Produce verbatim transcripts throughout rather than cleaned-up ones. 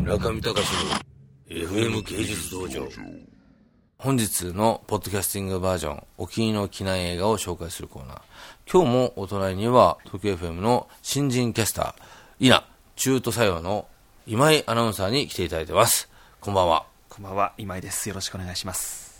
中見隆の エフエム 芸術道場。本日のポッドキャスティングバージョン、お気に入りの機内映画を紹介するコーナー。今日もお隣には東京 エフエム の新人キャスター、稲中途採用の今井アナウンサーに来ていただいてます。こんばんは。 こんばんは、今井です。よろしくお願いします。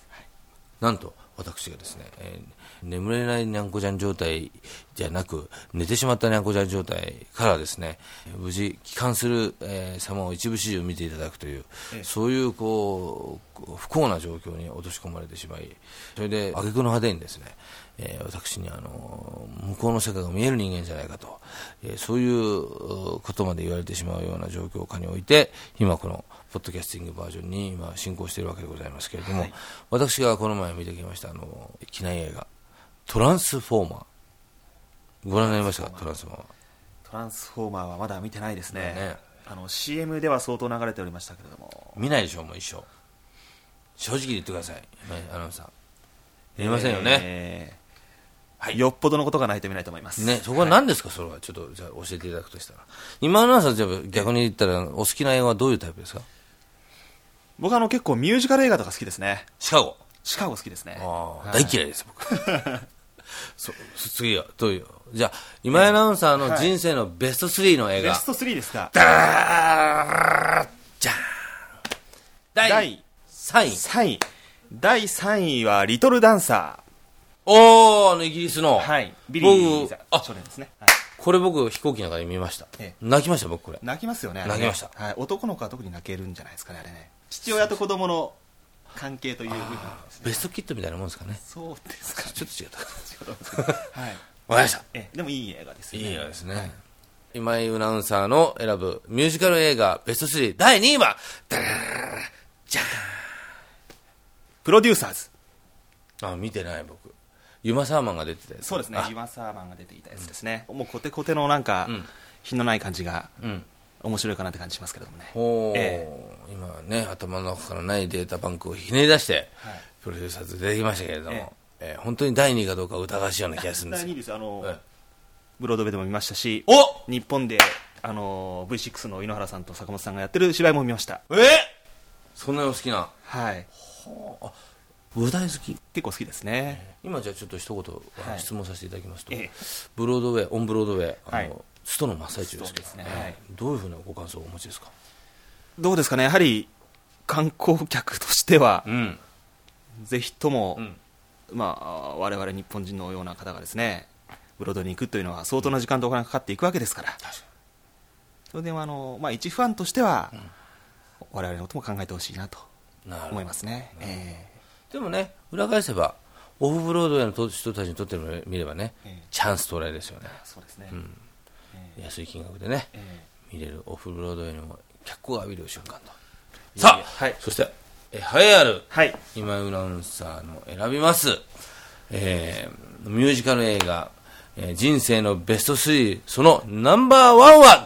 はい、 なんと私がですね、えー、眠れないにゃんこちゃん状態じゃなく寝てしまったにゃんこちゃん状態からですね、無事帰還する、えー、様を一部始終見ていただくという、ええ、そういうこう不幸な状況に落とし込まれてしまい、それで挙句の果てにですね、えー、私にあの向こうの世界が見える人間じゃないかと、えー、そういうことまで言われてしまうような状況下において、今このポッドキャスティングバージョンに今進行しているわけでございますけれども、はい、私がこの前見てきましたあの機内映画トランスフォーマー、ご覧になりましたか？トランスフォーマー。 トランスフォーマーはまだ見てないですね。 ね、 あの シーエム では相当流れておりましたけれども。 見ないでしょう。もう一生正直に言ってください、アナウンサー。見ませんよね、 えーはい、よっぽどのことがないと見ないと思いますね。そこは何ですか、はい、それはちょっとじゃあ教えていただくとしたら、今アナウンサーじゃ逆に言ったらお好きな映画はどういうタイプですか？ 僕はあの結構ミュージカル映画とか好きですね。 シカゴシカゴ好きですね。 あ、はい、大嫌いです僕そ次はどういう、じゃあ今井アナウンサーの人生のベストスリーの映画、 ベストスリーですか？ ダーじゃーん、だいさんい。 さんいだいさんいはリトルダンサー。 おー、あのイギリスの、 はい、ビリー少年ですね。はい、 これ僕飛行機の中で見ました、ええ、泣きました僕。これ泣きますよね。 泣きました、 はい、男の子は特に泣けるんじゃないですかね、あれね。父親と子供の関係という部分ですね。 ベストキットみたいなもんですかね。 そうですか、ね、 ちょっと違ったはい、わかりました。 えでもいい映画ですよね。 いい映画ですね、はい、今井アナウンサーの選ぶミュージカル映画ベストスリーだいにいはダラララじゃーん、 プロデューサーズ。 あ、見てない僕。ユマサーマンが出てたやつ。 そうですね、ユマサーマンが出ていたやつですね、うん、もうコテコテのなんか、うん、品のない感じが、うん、面白いかなって感じしますけれどもね。 ほー、えー、今ね頭の中からないデータバンクをひねり出して、はい、プロデューサーズ出てきましたけれども、えーえー、本当にだいにいかどうか疑わしいような気がするんですよ。 だいにいです。あの、えー、ブロードウェイでも見ましたし、 お日本であの ブイシックス の井ノ原さんと坂本さんがやってる芝居も見ました。 えー、そんなにお好きな。 はい。 はあ、舞台好き。 結構好きですね。 今じゃあちょっと一言質問させていただきますと、 はい、 ブロードウェイ、オンブロードウェイ、あの、 はい、 ストの真っ最中ですけど、 ね、はい、 どういうふうなご感想をお持ちですか？ どうですかね、やはり観光客としては、 うん、ぜひとも、うん、まあ、我々日本人のような方がですね、ブロードに行くというのは相当な時間とお金がかかっていくわけですから、うん、それであの、まあ、一ファンとしては、うん、我々のことも考えてほしいなと思いますね。えー、 でもね、裏返せばオフブロードウェイの人たちにとってみればね、えー、チャンス到来ですよね。 そうですね、 うん、えー、安い金額でね、えー、見れるオフブロードウェイの脚光を浴びる瞬間と。さあ、はい、そしてえ栄えある、はい、今井アナウンサーの選びます、えー、ミュージカル映画、えー、人生のベストスリー、そのナンバーワンは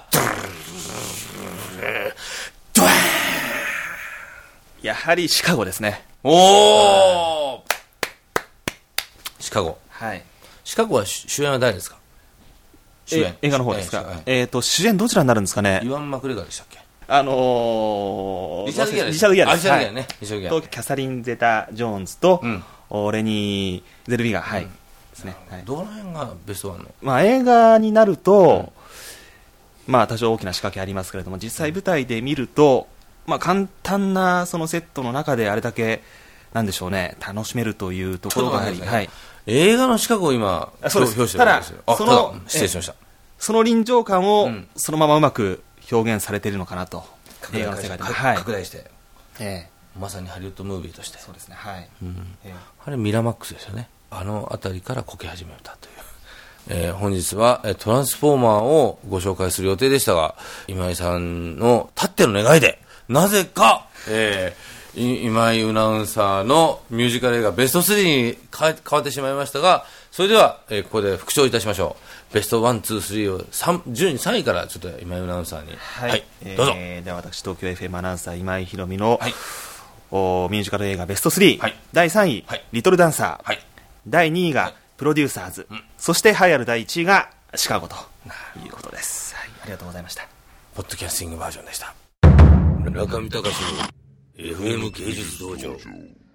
やはりシカゴですね。 おー、シカゴ、 はい、 シカゴは主演は誰ですか？ 主演、映画の方ですか？えー、えーと主演どちらになるんですかね。 イワン・マクレガーでしたっけ？ あのー、 リチャード・ギアです。 リチャード・ギアです。 リチャード・ギアね。リチャード・ギア。 とキャサリン・ゼタ・ジョーンズと、うん、レニー・ゼルビガー、はい、うん、ですね。はい、 どの辺がベストワンの？ まあ映画になると、うん、まあ多少大きな仕掛けありますけれども、実際舞台で見ると、まあ簡単なそのセットの中であれだけなんでしょうね、楽しめるというところがあり、はい、 映画のシカゴを今そうです。 表してるわけですよ。ただその失礼しました。 その臨場感をそのままうまく表現されているのかなと。 映画の世界で、はい、拡大して、えー、まさにハリウッドムービーとして。 そうですね、はい、 うん、えー、あれミラマックスですよね。あの辺りからこけ始めたという、えー、本日はトランスフォーマーをご紹介する予定でしたが、今井さんのたっての願いでなぜか、えー、今井アナウンサーのミュージカル映画ベストスリーに変わってしまいましたが、それでは、えー、ここで復唱いたしましょう。ベストワン、ツー、スリーを順位さんいからちょっと今井アナウンサーに、 はい、はい、どうぞ。えー、では私東京 エフエム アナウンサー今井ひろみの、はい、おミュージカル映画ベストスリー、はい、だいさんい、はい、リトルダンサー、はい、だいにいが、はい、プロデューサーズ、うん、そして栄えあるだいいちいがシカゴということです。はい、ありがとうございました。 ポッドキャスティングバージョンでした。 村上隆の エフエム 芸術道場。